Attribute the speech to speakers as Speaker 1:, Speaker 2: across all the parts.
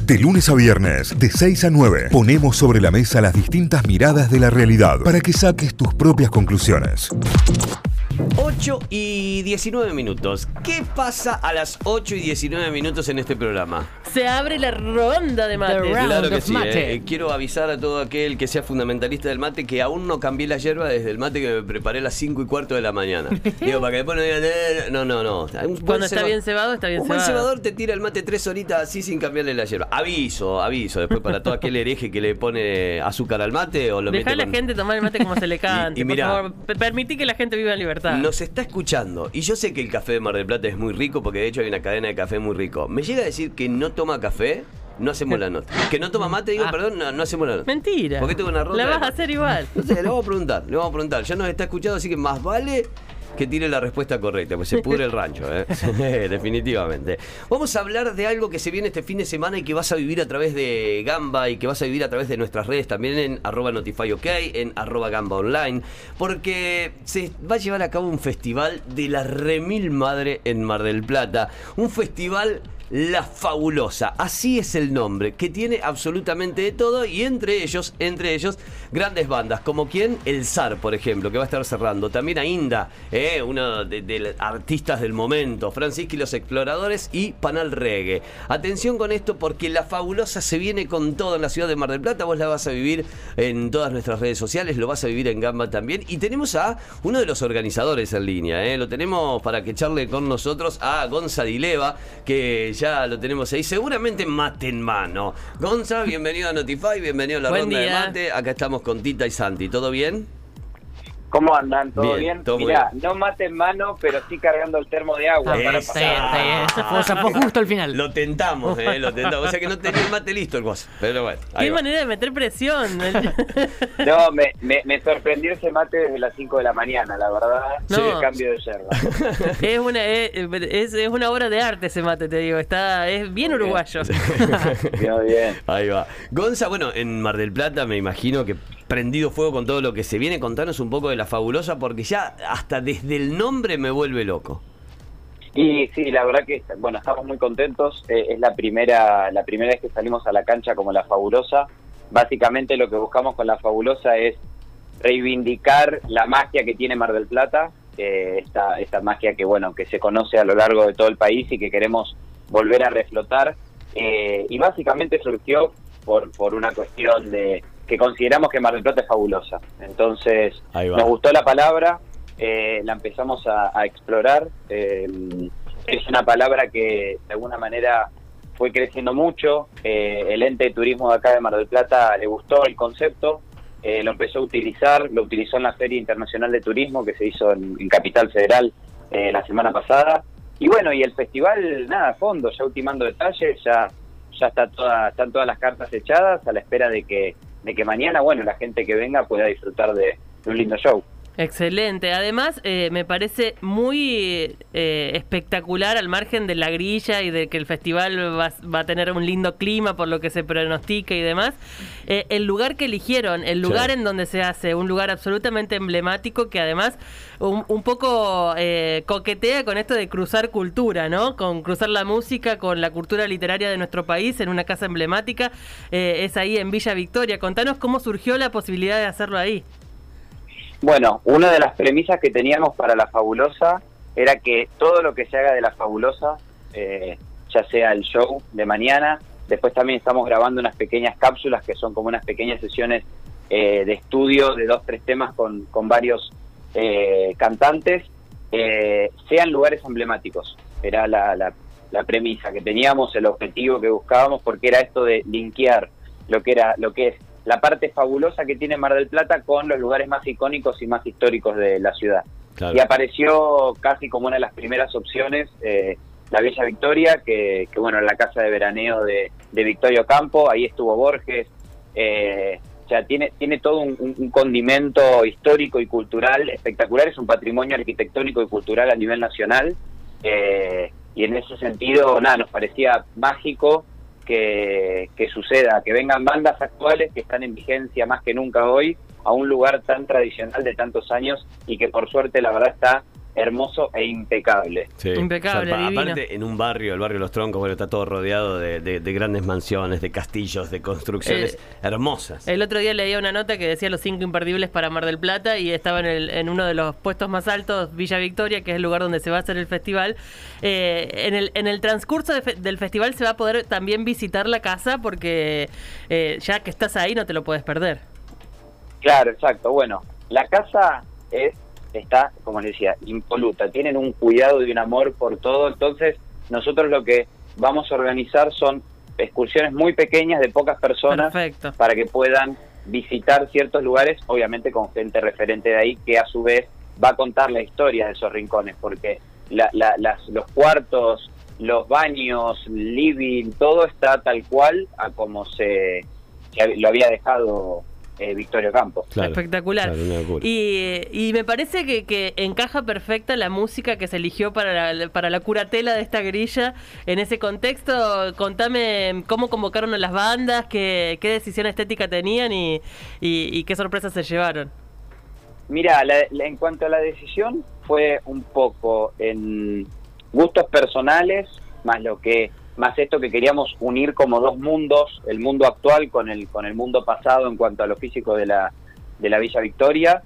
Speaker 1: De lunes a viernes, de 6 a 9, ponemos sobre la mesa las distintas miradas de la realidad para que saques tus propias conclusiones.
Speaker 2: 8 y 19 minutos. ¿Qué pasa a las 8 y 19 minutos en este programa?
Speaker 3: Se abre la ronda de mate.
Speaker 2: Claro que sí. Quiero avisar a todo aquel que sea fundamentalista del mate que aún no cambié la yerba desde el mate que me preparé a las 5:15 de la mañana. Digo, para que después no digan, no.
Speaker 3: Cuando está bien cebado, está bien
Speaker 2: cebado. Un buen
Speaker 3: cebado.
Speaker 2: cebador te tira el mate 3 horitas así sin cambiarle la yerba. Aviso. Después para todo aquel hereje que le pone azúcar al mate o lo
Speaker 3: Dejá
Speaker 2: mete
Speaker 3: a la gente tomar el mate como se le cante.
Speaker 2: Y
Speaker 3: por
Speaker 2: mirá,
Speaker 3: favor, permití que la gente viva en libertad.
Speaker 2: Nos está escuchando y yo sé que el café de Mar del Plata es muy rico porque de hecho hay una cadena de café muy rico. ¿Me llega a decir que no toma café? No hacemos la nota. Que no toma mate, digo, perdón, no hacemos la nota.
Speaker 3: Mentira.
Speaker 2: Porque tengo una ronda.
Speaker 3: La vas a hacer igual.
Speaker 2: No sé, le vamos a preguntar. Ya nos está escuchando, así que más vale que tire la respuesta correcta, pues se pudre el rancho, definitivamente. Vamos a hablar de algo que se viene este fin de semana y que vas a vivir a través de Gamba y que vas a vivir a través de nuestras redes también en @notifyok, en @gamba online, porque se va a llevar a cabo un festival de la remil madre en Mar del Plata. Un festival La Fabulosa, así es el nombre, que tiene absolutamente de todo y entre ellos, grandes bandas, como quien, El Zar, por ejemplo, que va a estar cerrando, también Ainda, uno de los artistas del momento, Francisco y los Exploradores y Panal Reggae. Atención con esto porque La Fabulosa se viene con todo en la ciudad de Mar del Plata, vos la vas a vivir en todas nuestras redes sociales, lo vas a vivir en Gamba también, y tenemos a uno de los organizadores en línea, lo tenemos para que charle con nosotros, a Gonza Dileva, que ya lo tenemos ahí, seguramente mate en mano. Gonza, bienvenido a Notify, bienvenido a la ronda de mate. Acá estamos con Tita y Santi, ¿todo bien?
Speaker 4: ¿Cómo andan? ¿Todo
Speaker 2: bien?
Speaker 4: bien? Mirá, no mate en mano, pero sí cargando el termo de agua para pasar.
Speaker 3: Está bien. Fue justo al final.
Speaker 2: Lo tentamos. O sea que no tenía el mate listo el guaso. Pero bueno.
Speaker 3: Qué manera de meter presión.
Speaker 4: No, me sorprendió ese mate desde las 5 de la mañana, la verdad.
Speaker 3: No.
Speaker 4: El cambio de yerba.
Speaker 3: Es una obra de arte ese mate, te digo. Es bien uruguayo.
Speaker 4: Bien.
Speaker 2: Ahí va. Gonza, bueno, en Mar del Plata me imagino que prendido fuego con todo lo que se viene. Contanos un poco de La Fabulosa, porque ya hasta desde el nombre me vuelve loco.
Speaker 4: Y sí, la verdad que estamos muy contentos. Es la primera vez que salimos a la cancha como La Fabulosa. Básicamente lo que buscamos con La Fabulosa es reivindicar la magia que tiene Mar del Plata, esta magia que se conoce a lo largo de todo el país y que queremos volver a reflotar. Y básicamente surgió por una cuestión de que consideramos que Mar del Plata es fabulosa. Entonces nos gustó la palabra, la empezamos a explorar. Es una palabra que de alguna manera fue creciendo mucho. El ente de turismo de acá de Mar del Plata le gustó el concepto, lo empezó a utilizar, lo utilizó en la Feria Internacional de Turismo que se hizo en Capital Federal la semana pasada. Y bueno, y el festival, nada, a fondo, ya ultimando detalles, ya están todas las cartas echadas a la espera de que mañana, la gente que venga pueda disfrutar de un lindo show.
Speaker 3: Excelente. Además, me parece muy espectacular, al margen de la grilla y de que el festival va a tener un lindo clima por lo que se pronostica y demás, el lugar que eligieron, el lugar en donde se hace, un lugar absolutamente emblemático que además un poco coquetea con esto de cruzar cultura, ¿no? Con cruzar la música con la cultura literaria de nuestro país en una casa emblemática, es ahí en Villa Victoria. Contanos cómo surgió la posibilidad de hacerlo ahí.
Speaker 4: Bueno, una de las premisas que teníamos para La Fabulosa era que todo lo que se haga de La Fabulosa, ya sea el show de mañana, después también estamos grabando unas pequeñas cápsulas que son como unas pequeñas sesiones de estudio de 2-3 temas con varios cantantes, sean lugares emblemáticos. Era la premisa que teníamos, el objetivo que buscábamos, porque era esto de linkear lo que es la parte fabulosa que tiene Mar del Plata con los lugares más icónicos y más históricos de la ciudad. Claro. Y apareció casi como una de las primeras opciones la Villa Victoria, que la casa de veraneo de Victorio Campo, ahí estuvo Borges. Tiene todo un condimento histórico y cultural espectacular, es un patrimonio arquitectónico y cultural a nivel nacional, y en ese sentido, nos parecía mágico que suceda, que vengan bandas actuales que están en vigencia más que nunca hoy a un lugar tan tradicional de tantos años y que por suerte la verdad está hermoso e impecable.
Speaker 2: Sí.
Speaker 3: Impecable, divino.
Speaker 2: Aparte, en un barrio, el barrio Los Troncos, bueno, está todo rodeado de grandes mansiones, de castillos, de construcciones hermosas.
Speaker 3: El otro día leía una nota que decía los 5 imperdibles para Mar del Plata y estaba en uno de los puestos más altos, Villa Victoria, que es el lugar donde se va a hacer el festival. En el transcurso del festival se va a poder también visitar la casa porque ya que estás ahí no te lo puedes perder.
Speaker 4: Claro, exacto. Bueno, la casa está, como les decía, impoluta. Tienen un cuidado y un amor por todo. Entonces, nosotros lo que vamos a organizar son excursiones muy pequeñas de pocas personas. Perfecto. Para que puedan visitar ciertos lugares, obviamente con gente referente de ahí, que a su vez va a contar la historia de esos rincones, porque los cuartos, los baños, living, todo está tal cual a como se lo había dejado Victorio Campos.
Speaker 3: Claro, espectacular. Claro, y me parece que encaja perfecta la música que se eligió para la curatela de esta grilla. En ese contexto, contame cómo convocaron a las bandas, qué decisión estética tenían y qué sorpresas se llevaron.
Speaker 4: Mira, en cuanto a la decisión, fue un poco en gustos personales, más esto que queríamos unir como dos mundos, el mundo actual con el mundo pasado en cuanto a lo físico de la Villa Victoria,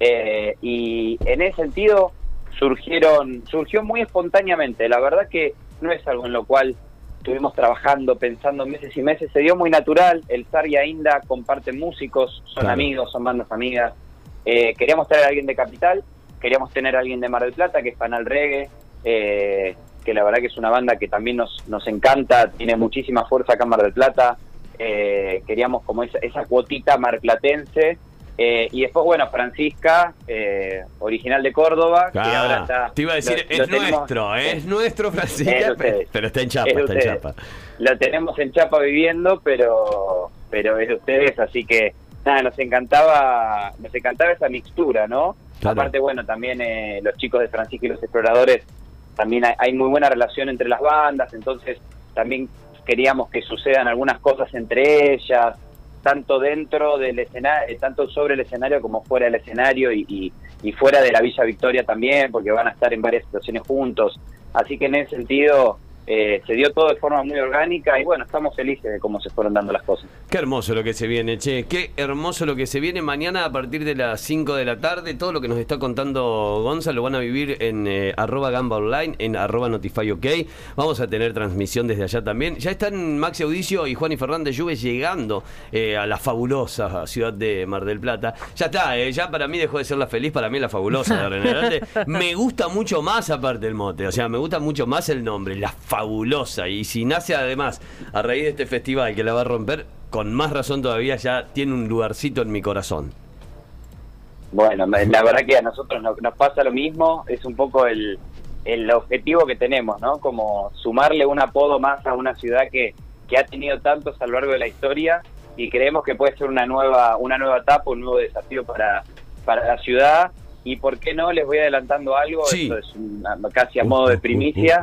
Speaker 4: y en ese sentido surgió muy espontáneamente. La verdad que no es algo en lo cual estuvimos trabajando, pensando meses y meses, se dio muy natural. El Zar y Ainda comparten músicos, son claro, amigos, son bandas amigas. Queríamos traer a alguien de Capital, queríamos tener a alguien de Mar del Plata, que es Panal Reggae, que la verdad que es una banda que también nos encanta, tiene muchísima fuerza acá en Mar del Plata. Queríamos como esa cuotita marplatense. Y después, bueno, Francisca, original de Córdoba, que ahora está...
Speaker 2: Te iba a decir, es nuestro Francisca, pero está en Chapa,
Speaker 4: Lo tenemos en Chapa viviendo, pero es de ustedes, así que nada, nos encantaba esa mixtura, ¿no? Claro. Aparte, bueno, también los chicos de Francisca y los Exploradores, también hay muy buena relación entre las bandas, entonces también queríamos que sucedan algunas cosas entre ellas, tanto dentro del escenario, tanto sobre el escenario como fuera del escenario y fuera de la Villa Victoria también, porque van a estar en varias situaciones juntos. Así que en ese sentido se dio todo de forma muy orgánica y bueno, estamos felices de cómo se fueron dando las cosas.
Speaker 2: Qué hermoso lo que se viene, che, qué hermoso lo que se viene. Mañana a partir de las 5 de la tarde, todo lo que nos está contando Gonza lo van a vivir en @gamba online, en @notifyok. Vamos a tener transmisión desde allá también. Ya están Maxi Audicio y Juan y Fernández Lluve llegando a la fabulosa ciudad de Mar del Plata. Ya está, ya para mí dejó de ser La Feliz, para mí es La Fabulosa de ahora en adelante. Me gusta mucho más aparte el mote, o sea, me gusta mucho más el nombre, La Fabulosa. Y si nace además a raíz de este festival que la va a romper, con más razón todavía ya tiene un lugarcito en mi corazón.
Speaker 4: Bueno, la verdad que a nosotros nos pasa lo mismo, es un poco el objetivo que tenemos, ¿no? Como sumarle un apodo más a una ciudad que ha tenido tantos a lo largo de la historia y creemos que puede ser una nueva etapa, un nuevo desafío para la ciudad. Y por qué no, les voy adelantando algo, sí. Esto es casi a modo de primicia.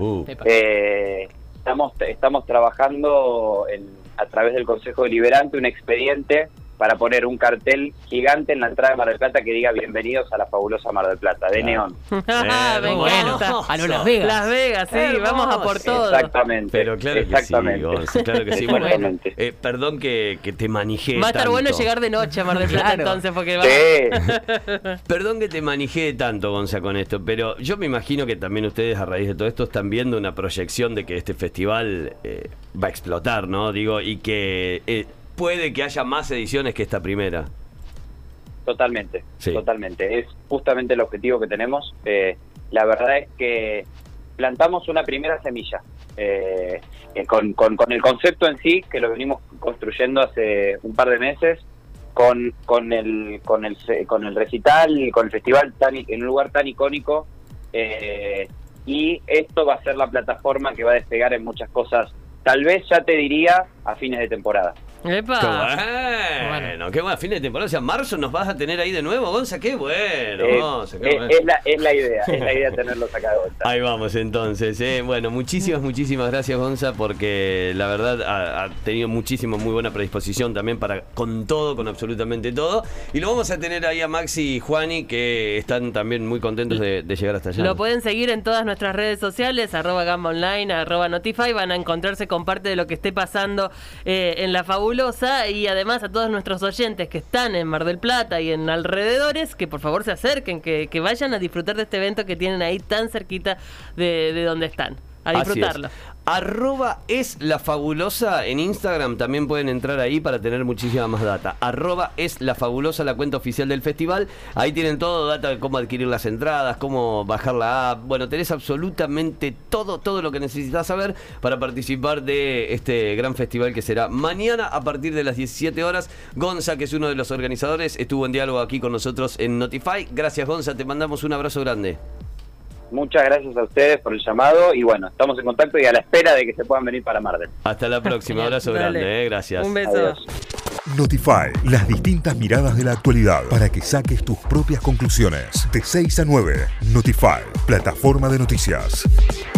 Speaker 4: Estamos trabajando a través del Consejo Deliberante un expediente para poner un cartel gigante en la entrada de Mar del Plata que diga bienvenidos a la fabulosa Mar del Plata, de neón.
Speaker 3: Bueno, a lo Las Vegas. Las Vegas, sí, vamos a por todo.
Speaker 4: Exactamente.
Speaker 2: Pero claro que sí, Gonza, claro que sí. Bueno, perdón que te manijé tanto.
Speaker 3: Va a estar bueno llegar de noche a Mar del Plata entonces, porque va...
Speaker 2: Sí. Perdón que te manijé tanto, Gonza, con esto, pero yo me imagino que también ustedes a raíz de todo esto están viendo una proyección de que este festival va a explotar, ¿no? Digo, y que... puede que haya más ediciones que esta primera.
Speaker 4: Totalmente, sí. Totalmente. Es justamente el objetivo que tenemos. La verdad es que plantamos una primera semilla con el concepto en sí, que lo venimos construyendo hace un par de meses, con el recital, con el festival en un lugar tan icónico, y esto va a ser la plataforma que va a despegar en muchas cosas. Tal vez ya te diría a fines de temporada.
Speaker 3: ¡Epa! semana.
Speaker 2: Qué bueno, fin de temporada. O sea, marzo nos vas a tener ahí de nuevo, Gonza. Qué bueno, Gonza, qué bueno.
Speaker 4: Es la idea tenerlos acá de vuelta.
Speaker 2: Ahí vamos entonces. Bueno, muchísimas gracias, Gonza, porque la verdad ha tenido muy buena predisposición también con absolutamente todo. Y lo vamos a tener ahí a Maxi y Juani, que están también muy contentos de llegar hasta allá.
Speaker 3: Lo pueden seguir en todas nuestras redes sociales, @GambaOnline, @Notify. Van a encontrarse con parte de lo que esté pasando en La Fabulosa. Y además a todos nuestros oyentes que están en Mar del Plata y en alrededores, que por favor se acerquen, que vayan a disfrutar de este evento que tienen ahí tan cerquita de donde están. A disfrutarlo.
Speaker 2: @eslafabulosa en Instagram, también pueden entrar ahí para tener muchísima más data. @eslafabulosa, la cuenta oficial del festival. Ahí tienen todo, data de cómo adquirir las entradas, cómo bajar la app. Bueno, tenés absolutamente todo lo que necesitas saber para participar de este gran festival que será mañana a partir de las 17 horas. Gonza, que es uno de los organizadores, estuvo en diálogo aquí con nosotros en Notify. Gracias, Gonza, te mandamos un abrazo grande.
Speaker 4: Muchas gracias a ustedes por el llamado y bueno, estamos en contacto y a la espera de que se puedan venir para Mar del Plata.
Speaker 2: Hasta la próxima, abrazo grande, gracias.
Speaker 3: Un beso.
Speaker 4: Adiós.
Speaker 1: Notify, las distintas miradas de la actualidad para que saques tus propias conclusiones. De 6 a 9, Notify, plataforma de noticias.